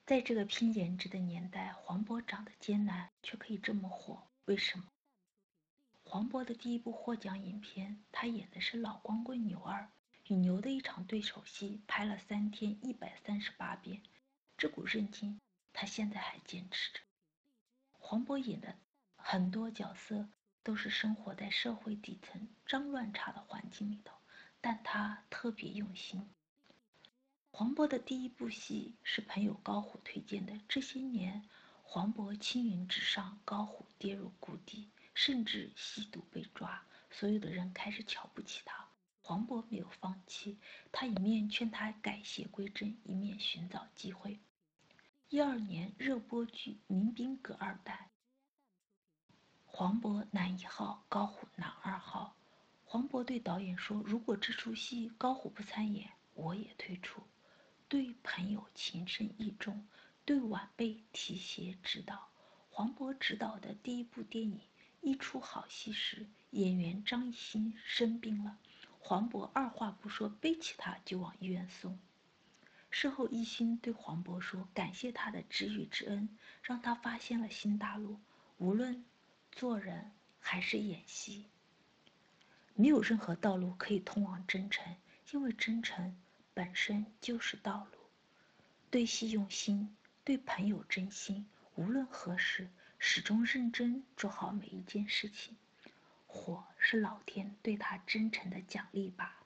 在这个拼颜值的年代，黄渤长得艰难却可以这么火，为什么？黄渤的第一部获奖影片，他演的是老光棍牛二，与牛的一场对手戏拍了3天138遍，这股韧劲，他现在还坚持着。黄渤演的很多角色都是生活在社会底层脏乱差的环境里头，但他特别用心。黄渤的第一部戏是朋友高虎推荐的。这些年，黄渤青云直上，高虎跌入谷底，甚至吸毒被抓，所有的人开始瞧不起他。黄渤没有放弃，他一面劝他改邪归正，一面寻找机会。12年热播剧《民兵葛二代》，黄渤男1号，高虎男2号。黄渤对导演说：“如果这出戏高虎不参演，我也退出。”对朋友情深意重，对晚辈提携指导。黄渤执导的第一部电影一出好戏时，演员张艺兴生病了，黄渤二话不说背起他就往医院送。事后艺兴对黄渤说：“感谢他的知遇之恩，让他发现了新大陆，无论做人还是演戏，没有任何道路可以通往真诚，因为真诚本身就是道路。”对戏用心，对朋友真心，无论何时，始终认真做好每一件事情。火是老天对他真诚的奖励吧。